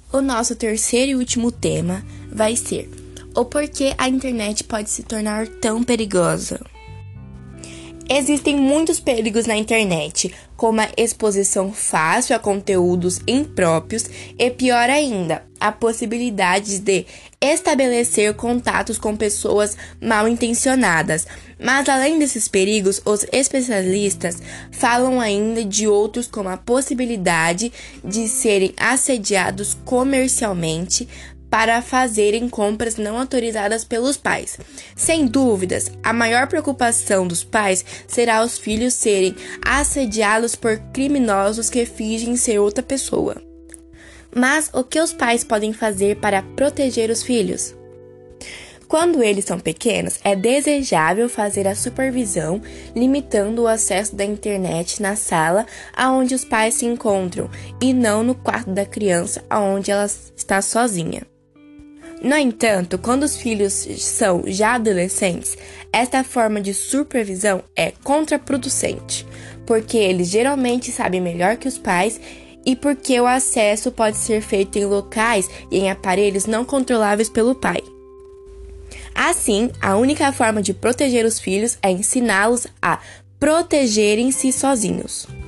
O nosso terceiro e último tema vai ser o porquê a internet pode se tornar tão perigosa. Existem muitos perigos na internet, como a exposição fácil a conteúdos impróprios e, pior ainda, a possibilidade de estabelecer contatos com pessoas mal intencionadas. Mas além desses perigos, os especialistas falam ainda de outros, como a possibilidade de serem assediados comercialmente para fazerem compras não autorizadas pelos pais. Sem dúvidas, a maior preocupação dos pais será os filhos serem assediados por criminosos que fingem ser outra pessoa. Mas o que os pais podem fazer para proteger os filhos? Quando eles são pequenos, é desejável fazer a supervisão, limitando o acesso da internet na sala onde os pais se encontram e não no quarto da criança onde ela está sozinha. No entanto, quando os filhos são já adolescentes, esta forma de supervisão é contraproducente, porque eles geralmente sabem melhor que os pais e porque o acesso pode ser feito em locais e em aparelhos não controláveis pelo pai. Assim, a única forma de proteger os filhos é ensiná-los a protegerem-se sozinhos.